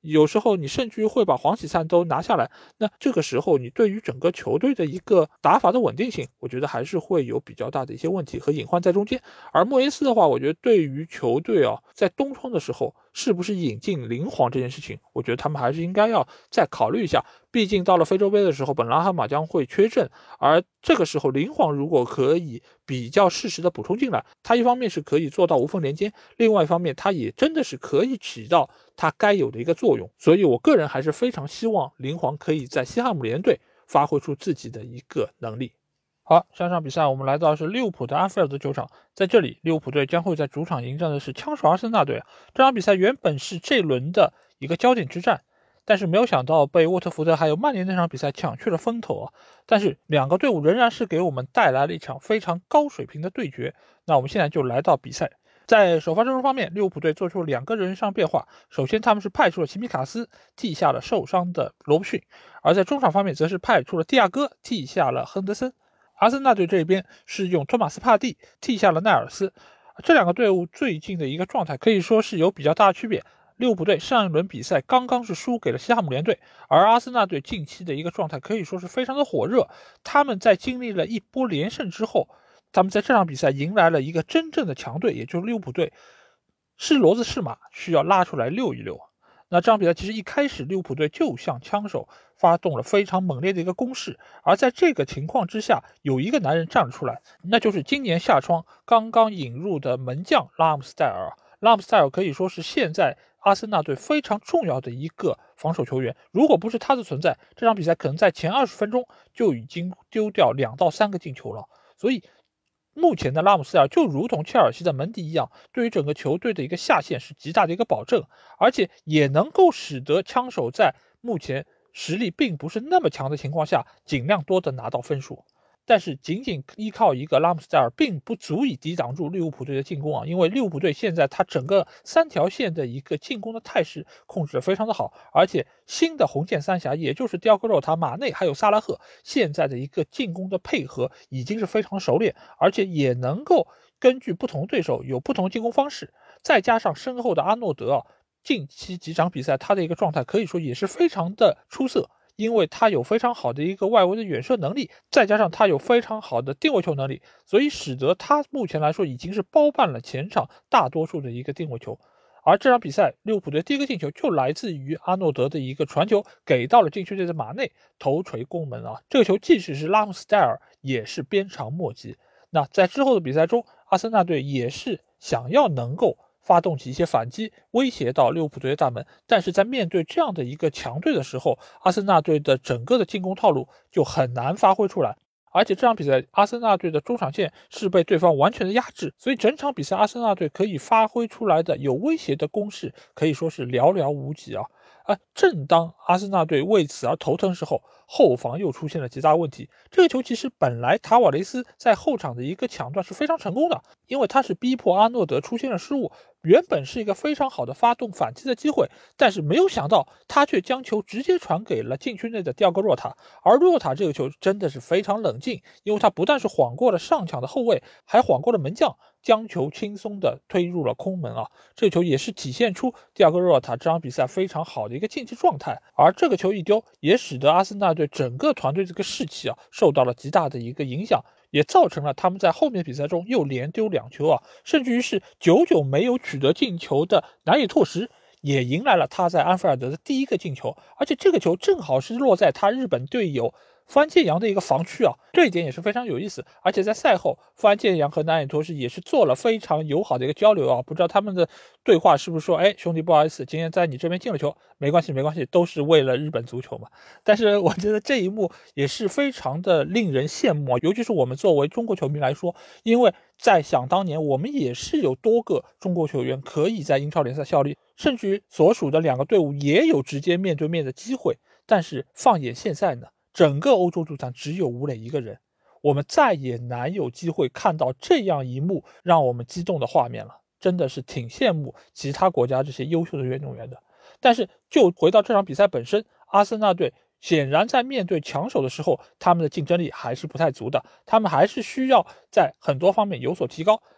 有时候你甚至于会把黄喜灿都拿下来，那这个时候你对于整个球队的一个打法的稳定性，我觉得还是会有比较大的一些问题和隐患在中间。而莫耶斯的话，我觉得对于球队在冬窗的时候是不是引进灵皇这件事情，我觉得他们还是应该要再考虑一下。毕竟到了非洲杯的时候，本拉哈马将会缺阵，而这个时候灵皇如果可以比较适时的补充进来，他一方面是可以做到无缝连接，另外一方面他也真的是可以起到他该有的一个作用。所以我个人还是非常希望灵皇可以在西汉姆联队发挥出自己的一个能力。好，下场比赛我们来到是利物浦的安菲尔德球场，在这里利物浦队将会在主场迎战的是枪手阿森纳队。这场比赛原本是这轮的一个焦点之战，但是没有想到被沃特福德还有曼联那场比赛抢去了风头但是两个队伍仍然是给我们带来了一场非常高水平的对决。那我们现在就来到比赛。在首发阵容方面，利物浦队做出2个人上变化。首先他们是派出了齐米卡斯，替下了受伤的罗布逊，而在中场方面则是派出了蒂亚戈，替下了亨德森。阿森纳队这边是用托马斯帕蒂替下了奈尔斯。这两个队伍最近的一个状态可以说是有比较大的区别。利物浦队上一轮比赛刚刚是输给了西汉姆联队，而阿森纳队近期的一个状态可以说是非常的火热。他们在经历了一波连胜之后，他们在这场比赛迎来了一个真正的强队，也就是利物浦队是骡子是马，需要拉出来溜一溜。那这场比赛其实一开始利物浦队就向枪手发动了非常猛烈的一个攻势，而在这个情况之下，有一个男人站了出来，那就是今年夏窗刚刚引入的门将拉姆斯戴尔。拉姆斯戴尔可以说是现在阿森纳队非常重要的一个防守球员，如果不是他的存在，这场比赛可能在前20分钟就已经丢掉2到3个进球了。所以目前的拉姆斯戴尔就如同切尔西的门迪一样，对于整个球队的一个下限是极大的一个保证，而且也能够使得枪手在目前实力并不是那么强的情况下，尽量多的拿到分数。但是仅仅依靠一个拉姆斯戴尔并不足以抵挡住利物浦队的进攻因为利物浦队现在他整个3条线的一个进攻的态势控制得非常的好，而且新的红线三侠也就是迪奥戈·若塔、马内还有萨拉赫现在的一个进攻的配合已经是非常熟练，而且也能够根据不同对手有不同进攻方式，再加上身后的阿诺德近期几场比赛他的一个状态可以说也是非常的出色，因为他有非常好的一个外围的远射能力，再加上他有非常好的定位球能力，所以使得他目前来说已经是包办了前场大多数的一个定位球。而这场比赛利物浦的第一个进球就来自于阿诺德的一个传球给到了禁区内的马内，头锤攻门这个球即使是拉姆斯戴尔也是鞭长莫及。那在之后的比赛中，阿森纳队也是想要能够发动起一些反击，威胁到利物浦队的大门，但是在面对这样的一个强队的时候，阿森纳队的整个的进攻套路就很难发挥出来。而且这场比赛阿森纳队的中场线是被对方完全的压制，所以整场比赛阿森纳队可以发挥出来的有威胁的攻势可以说是寥寥无几正当阿森纳队为此而头疼时候，后防又出现了极大问题。这个球其实本来塔瓦雷斯在后场的一个抢断是非常成功的，因为他是逼迫阿诺德出现了失误，原本是一个非常好的发动反击的机会，但是没有想到他却将球直接传给了禁区内的迪奥戈·若塔，而若塔这个球真的是非常冷静，因为他不但是晃过了上抢的后卫，还晃过了门将，将球轻松的推入了空门这个球也是体现出迪奥戈·若塔这场比赛非常好的一个竞技状态，而这个球一丢也使得阿森纳队整个团队这个士气受到了极大的一个影响，也造成了他们在后面比赛中又连丢2球甚至于是久久没有取得进球的南野拓实也迎来了他在安菲尔德的第一个进球，而且这个球正好是落在他日本队友富安健洋的一个防区这一点也是非常有意思。而且在赛后，富安健洋和南野拓实也是做了非常友好的一个交流不知道他们的对话是不是说，兄弟不好意思，今天在你这边进了球，没关系没关系，都是为了日本足球嘛。但是我觉得这一幕也是非常的令人羡慕尤其是我们作为中国球迷来说，因为在想当年我们也是有多个中国球员可以在英超联赛效力，甚至于所属的2个队伍也有直接面对面的机会，但是放眼现在呢，整个欧洲足坛只有吴磊一个人，我们再也难有机会看到这样一幕让我们激动的画面了，真的是挺羡慕其他国家这些优秀的运动员的。但是就回到这场比赛本身，阿森纳队显然在面对强手的时候，他们的竞争力还是不太足的，他们还是需要在很多方面有所提高。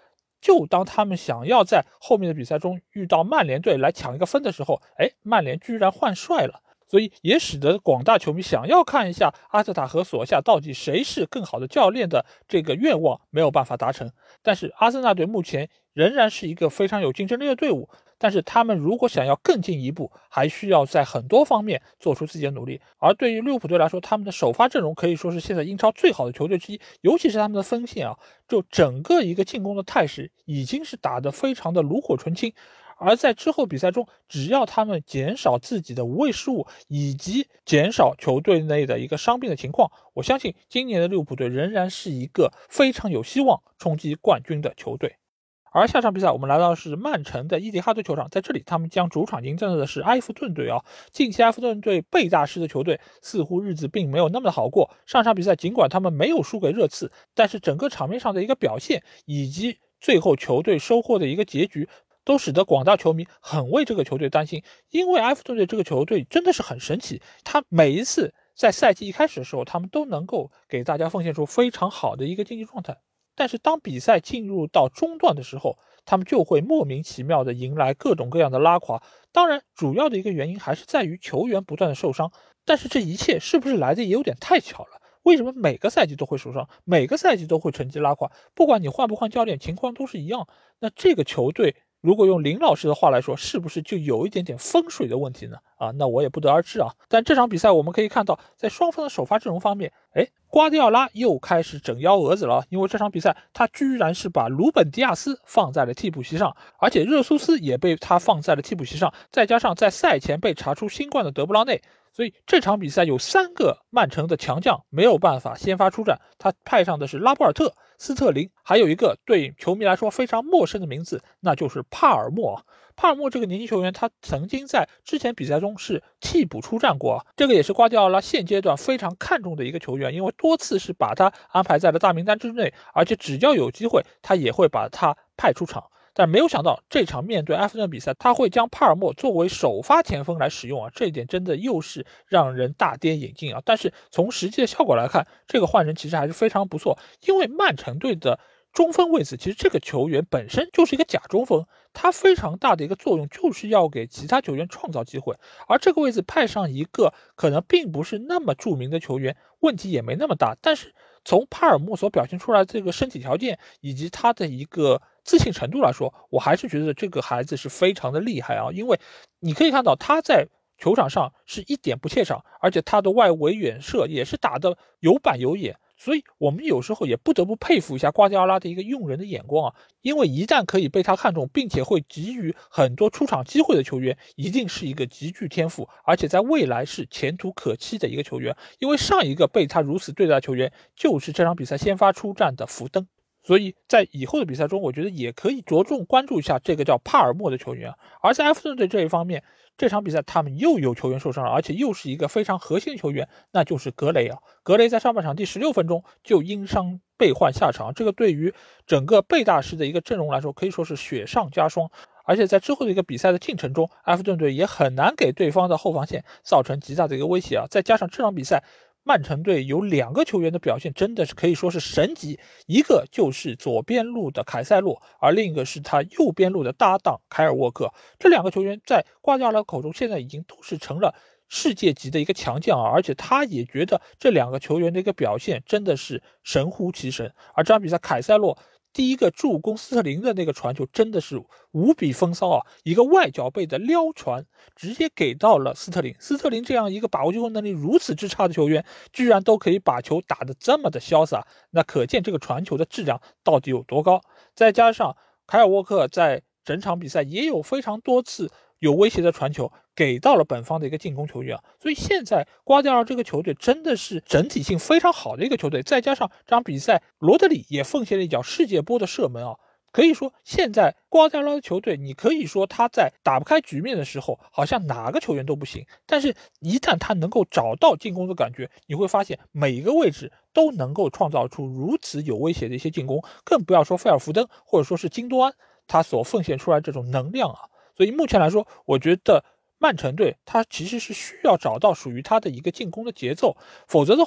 就当他们想要在后面的比赛中遇到曼联队来抢一个分的时候，曼联居然换帅了。所以也使得广大球迷想要看一下阿特塔和索夏到底谁是更好的教练的这个愿望没有办法达成。但是阿森纳队目前仍然是一个非常有竞争力的队伍，但是他们如果想要更进一步，还需要在很多方面做出自己的努力。而对于利物浦队来说，他们的首发阵容可以说是现在英超最好的球队之一，尤其是他们的锋线啊，就整个一个进攻的态势已经是打得非常的炉火纯青。而在之后比赛中，只要他们减少自己的无谓失误，以及减少球队内的一个伤病的情况，我相信今年的利物浦队仍然是一个非常有希望冲击冠军的球队。而下场比赛我们来到的是曼城的伊蒂哈德球场，在这里他们将主场迎战的是埃弗顿队啊。近期埃弗顿队贝大师的球队似乎日子并没有那么的好过，上场比赛尽管他们没有输给热刺，但是整个场面上的一个表现以及最后球队收获的一个结局，都使得广大球迷很为这个球队担心。因为埃弗顿队这个球队真的是很神奇，他每一次在赛季一开始的时候，他们都能够给大家奉献出非常好的一个竞技状态，但是当比赛进入到中段的时候，他们就会莫名其妙的迎来各种各样的拉垮。当然主要的一个原因还是在于球员不断的受伤，但是这一切是不是来的也有点太巧了？为什么每个赛季都会受伤，每个赛季都会成绩拉垮？不管你换不换教练，情况都是一样。那这个球队如果用林老师的话来说，是不是就有一点点风水的问题呢？那我也不得而知啊。但这场比赛我们可以看到，在双方的首发阵容方面，瓜迪奥拉又开始整幺蛾子了。因为这场比赛他居然是把鲁本迪亚斯放在了替补席上，而且热苏斯也被他放在了替补席上，再加上在赛前被查出新冠的德布劳内，所以这场比赛有3个曼城的强将没有办法先发出战，他派上的是拉波尔特、斯特林，还有一个对球迷来说非常陌生的名字，那就是帕尔默。帕尔默这个年轻球员，他曾经在之前比赛中是替补出战过，这个也是瓜迪奥拉现阶段非常看重的一个球员，因为多次是把他安排在了大名单之内，而且只要有机会，他也会把他派出场。但没有想到这场面对埃弗顿比赛，他会将帕尔默作为首发前锋来使用这一点真的又是让人大跌眼镜啊！但是从实际的效果来看，这个换人其实还是非常不错，因为曼城队的中锋位置，其实这个球员本身就是一个假中锋，他非常大的一个作用就是要给其他球员创造机会，而这个位置派上一个可能并不是那么著名的球员，问题也没那么大。但是从帕尔默所表现出来的这个身体条件以及他的一个自信程度来说，我还是觉得这个孩子是非常的厉害啊！因为你可以看到他在球场上是一点不怯场，而且他的外围远射也是打得有板有眼，所以我们有时候也不得不佩服一下瓜迪奥拉的一个用人的眼光啊！因为一旦可以被他看中，并且会给予很多出场机会的球员，一定是一个极具天赋，而且在未来是前途可期的一个球员。因为上一个被他如此对待的球员，就是这场比赛先发出战的福登。所以在以后的比赛中，我觉得也可以着重关注一下这个叫帕尔默的球员啊。而在埃弗顿队这一方面，这场比赛他们又有球员受伤了，而且又是一个非常核心的球员，那就是格雷啊。格雷在上半场第16分钟就因伤被换下场，这个对于整个贝大师的一个阵容来说，可以说是雪上加霜。而且在之后的一个比赛的进程中，埃弗顿队也很难给对方的后防线造成极大的一个威胁啊。再加上这场比赛曼城队有2个球员的表现真的是可以说是神级，一个就是左边路的凯塞洛，而另一个是他右边路的搭档凯尔沃克。这2个球员在瓜迪奥拉口中现在已经都是成了世界级的一个强将而且他也觉得这2个球员的一个表现真的是神乎其神。而这场比赛凯塞洛第一个助攻斯特林的那个传球真的是无比风骚啊！一个外脚背的撩传，直接给到了斯特林。斯特林这样一个把握机会能力如此之差的球员，居然都可以把球打得这么的潇洒，那可见这个传球的质量到底有多高。再加上凯尔沃克在整场比赛也有非常多次有威胁的传球给到了本方的一个进攻球员所以现在瓜迪奥拉这个球队真的是整体性非常好的一个球队，再加上这场比赛罗德里也奉献了一脚世界波的射门可以说现在瓜迪奥拉的球队，你可以说他在打不开局面的时候好像哪个球员都不行，但是一旦他能够找到进攻的感觉，你会发现每一个位置都能够创造出如此有威胁的一些进攻，更不要说菲尔福登或者说是金多安他所奉献出来这种能量所以目前来说，我觉得曼城队他其实是需要找到属于他的一个进攻的节奏，否则的话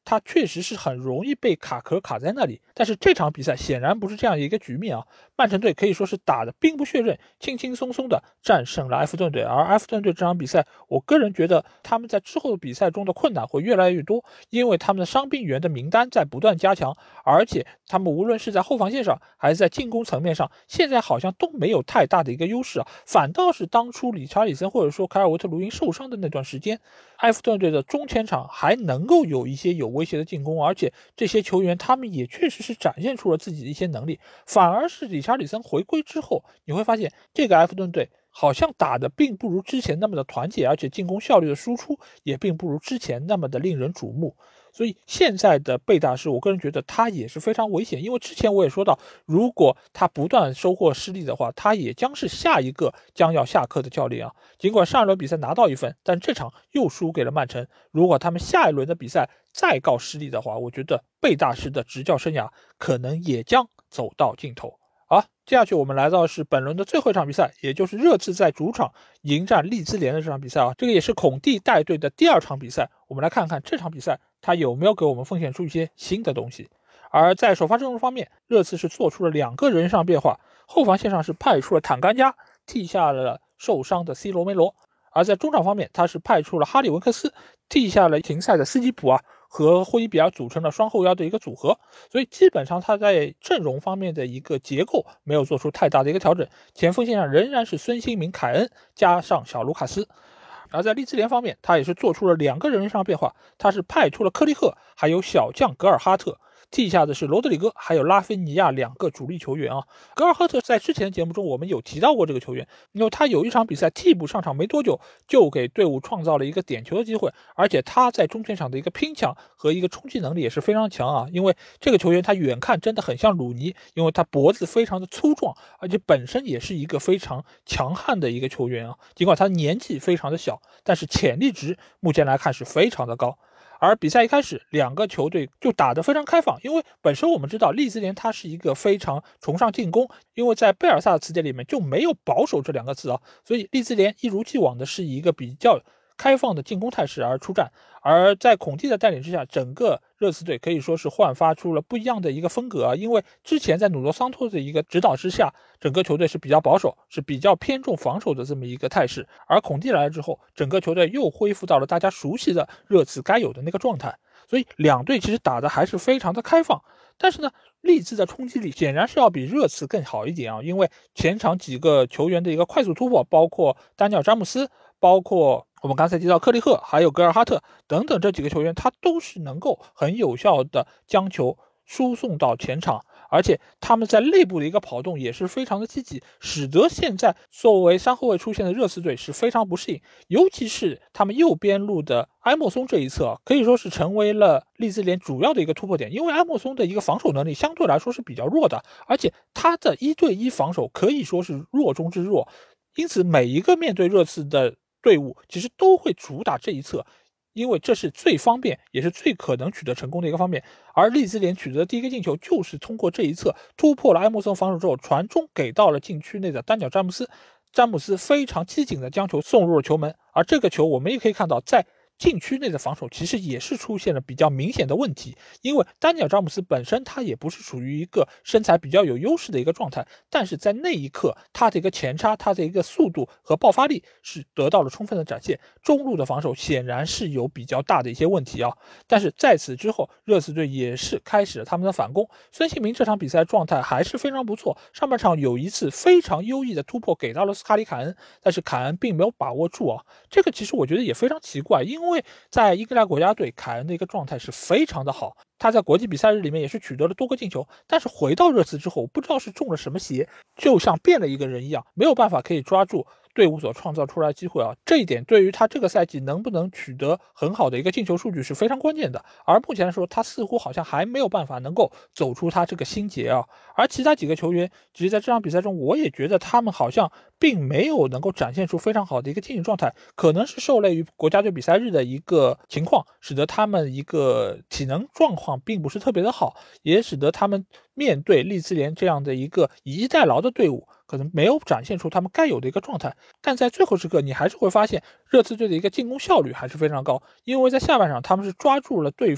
他确实是很容易被卡壳卡在那里。但是这场比赛显然不是这样一个局面啊，曼城队可以说是打得兵不血刃，轻轻松松的战胜了埃弗顿队。而埃弗顿队这场比赛，我个人觉得他们在之后的比赛中的困难会越来越多，因为他们的伤病员的名单在不断加强，而且他们无论是在后防线上还是在进攻层面上，现在好像都没有太大的一个优势啊，反倒是当初理查里森或者说凯尔维特卢因受伤的那段时间，埃弗顿队的中前场还能够有一些有威胁的进攻，而且这些球员他们也确实是展现出了自己的一些能力。反而是理查里森回归之后，你会发现这个埃弗顿队好像打的并不如之前那么的团结，而且进攻效率的输出也并不如之前那么的令人瞩目。所以现在的贝大师，我个人觉得他也是非常危险，因为之前我也说到，如果他不断收获失利的话，他也将是下一个将要下课的教练啊。尽管上一轮比赛拿到1分，但这场又输给了曼城。如果他们下一轮的比赛再告失利的话，我觉得贝大师的执教生涯可能也将走到尽头。好，接下去我们来到是本轮的最后一场比赛，也就是热刺在主场迎战利兹联的这场比赛啊，这个也是孔蒂带队的第2场比赛。我们来看看这场比赛他有没有给我们奉献出一些新的东西。而在首发阵容方面，热刺是做出了2个人上变化，后防线上是派出了坦甘加，替下了受伤的 C 罗梅罗，而在中场方面，他是派出了哈里文克斯，替下了停赛的斯基普啊，和霍伊比尔组成了双后腰的一个组合。所以基本上他在阵容方面的一个结构没有做出太大的一个调整，前锋线上仍然是孙兴民、凯恩加上小卢卡斯。而在利兹联方面，他也是做出了2个人上变化，他是派出了克利赫还有小将格尔哈特，替下的是罗德里戈还有拉菲尼亚2个主力球员啊。格尔赫特在之前的节目中我们有提到过这个球员，因为他有一场比赛替补上场没多久就给队伍创造了一个点球的机会，而且他在中前场的一个拼抢和一个冲击能力也是非常强啊。因为这个球员他远看真的很像鲁尼，因为他脖子非常的粗壮，而且本身也是一个非常强悍的一个球员啊。尽管他年纪非常的小，但是潜力值目前来看是非常的高。而比赛一开始2个球队就打得非常开放，因为本身我们知道利兹联它是一个非常崇尚进攻，因为在贝尔萨的词典里面就没有保守这2个字啊，所以利兹联一如既往的是一个比较开放的进攻态势而出战。而在孔蒂的带领之下，整个热刺队可以说是焕发出了不一样的一个风格啊。因为之前在努诺桑托的一个指导之下，整个球队是比较保守，是比较偏重防守的这么一个态势，而孔蒂来了之后，整个球队又恢复到了大家熟悉的热刺该有的那个状态。所以2队其实打的还是非常的开放，但是呢，利兹的冲击力显然是要比热刺更好一点啊。因为前场几个球员的一个快速突破，包括丹尼尔詹姆斯，包括我们刚才提到克利赫还有格尔哈特等等，这几个球员他都是能够很有效的将球输送到前场，而且他们在内部的一个跑动也是非常的积极，使得现在作为3后卫出现的热刺队是非常不适应。尤其是他们右边路的埃莫松这一侧可以说是成为了利兹联主要的一个突破点，因为埃莫松的一个防守能力相对来说是比较弱的，而且他的1对1防守可以说是弱中之弱，因此每一个面对热刺的队伍其实都会主打这一侧，因为这是最方便也是最可能取得成功的一个方面。而利兹联取得的第1个进球就是通过这一侧突破了埃莫森防守之后，传中给到了禁区内的丹尼尔詹姆斯，詹姆斯非常机警的将球送入了球门。而这个球我们也可以看到，在禁区内的防守其实也是出现了比较明显的问题，因为丹尼尔詹姆斯本身他也不是属于一个身材比较有优势的一个状态，但是在那一刻他的一个前插，他的一个速度和爆发力是得到了充分的展现，中路的防守显然是有比较大的一些问题啊。但是在此之后，热刺队也是开始了他们的反攻，孙兴民这场比赛状态还是非常不错，上半场有一次非常优异的突破给到了斯卡里凯恩，但是凯恩并没有把握住啊。这个其实我觉得也非常奇怪，因为在英格兰国家队凯恩的一个状态是非常的好，他在国际比赛日里面也是取得了多个进球，但是回到热刺之后不知道是中了什么邪，就像变了一个人一样，没有办法可以抓住队伍所创造出来的机会啊，这一点对于他这个赛季能不能取得很好的一个进球数据是非常关键的。而目前来说，他似乎好像还没有办法能够走出他这个心结啊。而其他几个球员，其实在这场比赛中，我也觉得他们好像并没有能够展现出非常好的一个竞技状态，可能是受累于国家队比赛日的一个情况，使得他们一个体能状况并不是特别的好，也使得他们面对利兹联这样的一个以逸待劳的队伍，可能没有展现出他们该有的一个状态。但在最后时刻，你还是会发现热刺队的一个进攻效率还是非常高，因为在下半场他们是抓住了对方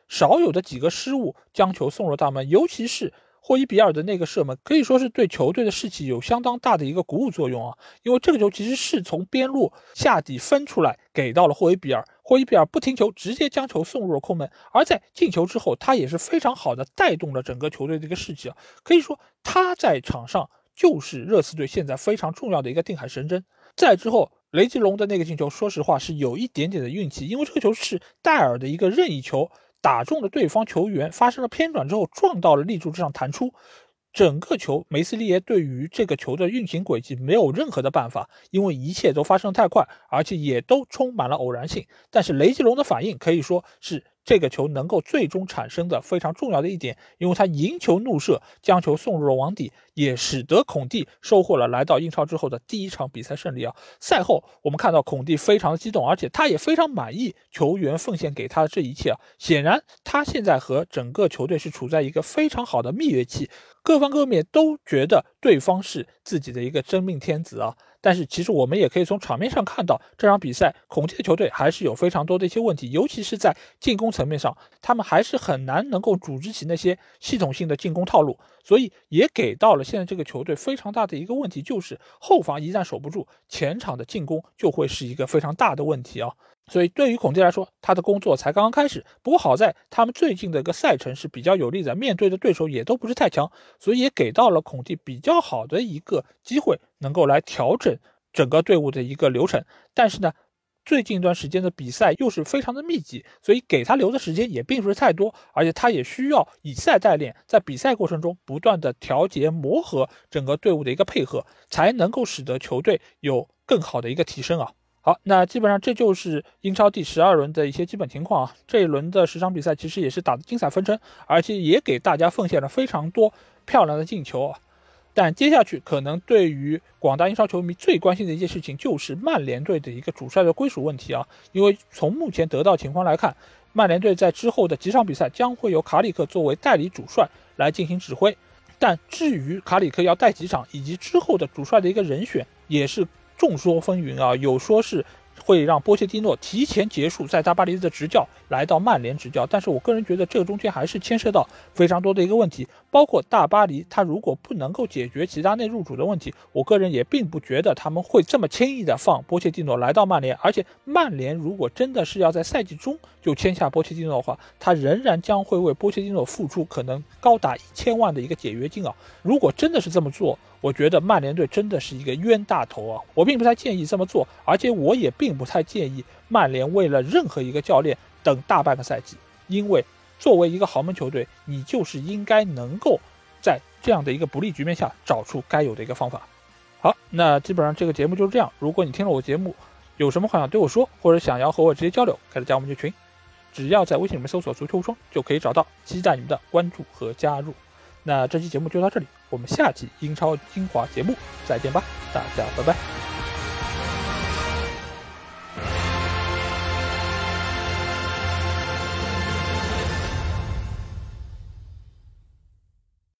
少有的几个失误将球送入大门，尤其是霍伊比尔的那个射门，可以说是对球队的士气有相当大的一个鼓舞作用啊。因为这个球其实是从边路下底分出来给到了霍伊比尔，霍伊比尔不停球直接将球送入了空门，而在进球之后他也是非常好的带动了整个球队的一个士气啊。可以说他在场上就是热刺队现在非常重要的一个定海神针。再之后雷吉隆的那个进球说实话是有一点点的运气，因为这个球是戴尔的一个任意球打中了对方球员，发生了偏转之后撞到了立柱之上弹出，整个球梅斯利耶对于这个球的运行轨迹没有任何的办法，因为一切都发生太快，而且也都充满了偶然性。但是雷吉隆的反应可以说是这个球能够最终产生的非常重要的一点，因为他迎球怒射将球送入了网底，也使得孔蒂收获了来到英超之后的第一场比赛胜利啊。赛后我们看到孔蒂非常的激动，而且他也非常满意球员奉献给他的这一切啊。显然他现在和整个球队是处在一个非常好的蜜月期，各方各面都觉得对方是自己的一个真命天子啊。但是其实我们也可以从场面上看到，这场比赛孔蒂的球队还是有非常多的一些问题，尤其是在进攻层面上，他们还是很难能够组织起那些系统性的进攻套路，所以也给到了现在这个球队非常大的一个问题，就是后防一旦守不住，前场的进攻就会是一个非常大的问题啊。所以对于孔蒂来说，他的工作才刚刚开始，不过好在他们最近的一个赛程是比较有利的，面对的对手也都不是太强，所以也给到了孔蒂比较好的一个机会，能够来调整整个队伍的一个流程。但是呢，最近一段时间的比赛又是非常的密集，所以给他留的时间也并不是太多，而且他也需要以赛代练，在比赛过程中不断的调节磨合整个队伍的一个配合，才能够使得球队有更好的一个提升啊。好，那基本上这就是英超第12轮的一些基本情况啊。这一轮的10场比赛其实也是打得精彩纷呈，而且也给大家奉献了非常多漂亮的进球啊。但接下去可能对于广大英超球迷最关心的一件事情就是曼联队的一个主帅的归属问题啊。因为从目前得到情况来看，曼联队在之后的几场比赛将会由卡里克作为代理主帅来进行指挥，但至于卡里克要带几场以及之后的主帅的一个人选也是众说纷纭啊，有说是会让波切蒂诺提前结束在大巴黎的执教，来到曼联执教，但是我个人觉得这个中间还是牵涉到非常多的一个问题，包括大巴黎他如果不能够解决齐达内入主的问题，我个人也并不觉得他们会这么轻易的放波切蒂诺来到曼联，而且曼联如果真的是要在赛季中就签下波切蒂诺的话，他仍然将会为波切蒂诺付出可能高达1000万的一个解约金啊。如果真的是这么做，我觉得曼联队真的是一个冤大头啊！我并不太建议这么做，而且我也并不太建议曼联为了任何一个教练等大半个赛季，因为作为一个豪门球队，你就是应该能够在这样的一个不利局面下找出该有的一个方法。好，那基本上这个节目就是这样。如果你听了我节目有什么话想对我说，或者想要和我直接交流，可以加我们群，只要在微信里面搜索足球无双就可以找到，期待你们的关注和加入。那这期节目就到这里，我们下期英超精华节目再见吧，大家拜拜。